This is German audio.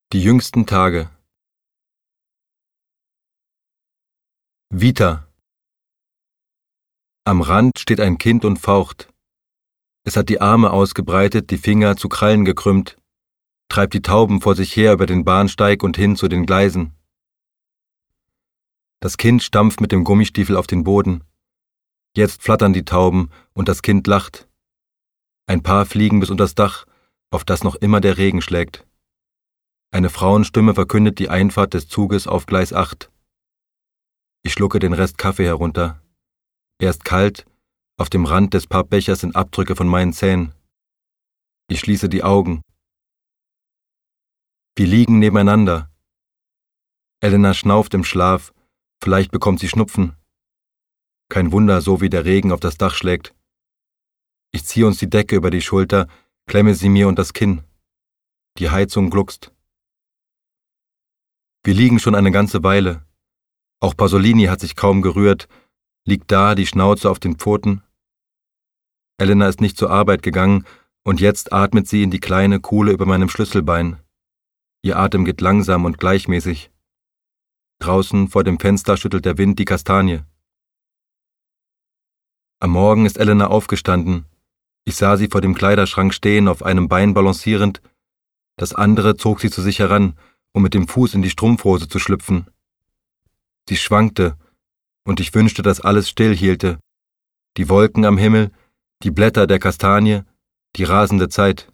Die jüngsten Tage. Vita. Am Rand steht ein Kind und faucht. Es hat die Arme ausgebreitet, die Finger zu Krallen gekrümmt, treibt die Tauben vor sich her über den Bahnsteig und hin zu den Gleisen. Das Kind stampft mit dem Gummistiefel auf den Boden. Jetzt flattern die Tauben und das Kind lacht. Ein paar fliegen bis unters Dach, auf das noch immer der Regen schlägt. Eine Frauenstimme verkündet die Einfahrt des Zuges auf Gleis 8. Ich schlucke den Rest Kaffee herunter. Er ist kalt, auf dem Rand des Pappbechers sind Abdrücke von meinen Zähnen. Ich schließe die Augen. Wir liegen nebeneinander. Elena schnauft im Schlaf, vielleicht bekommt sie Schnupfen. Kein Wunder, so wie der Regen auf das Dach schlägt. Ich ziehe uns die Decke über die Schulter, klemme sie mir unter das Kinn. Die Heizung gluckst. Wir liegen schon eine ganze Weile. Auch Pasolini hat sich kaum gerührt, liegt da, die Schnauze auf den Pfoten. Elena ist nicht zur Arbeit gegangen und jetzt atmet sie in die kleine Kuhle über meinem Schlüsselbein. Ihr Atem geht langsam und gleichmäßig. Draußen vor dem Fenster schüttelt der Wind die Kastanie. Am Morgen ist Elena aufgestanden. Ich sah sie vor dem Kleiderschrank stehen, auf einem Bein balancierend. Das andere zog sie zu sich heran, um mit dem Fuß in die Strumpfhose zu schlüpfen. Sie schwankte, und ich wünschte, dass alles still hielte. Die Wolken am Himmel, die Blätter der Kastanie, die rasende Zeit.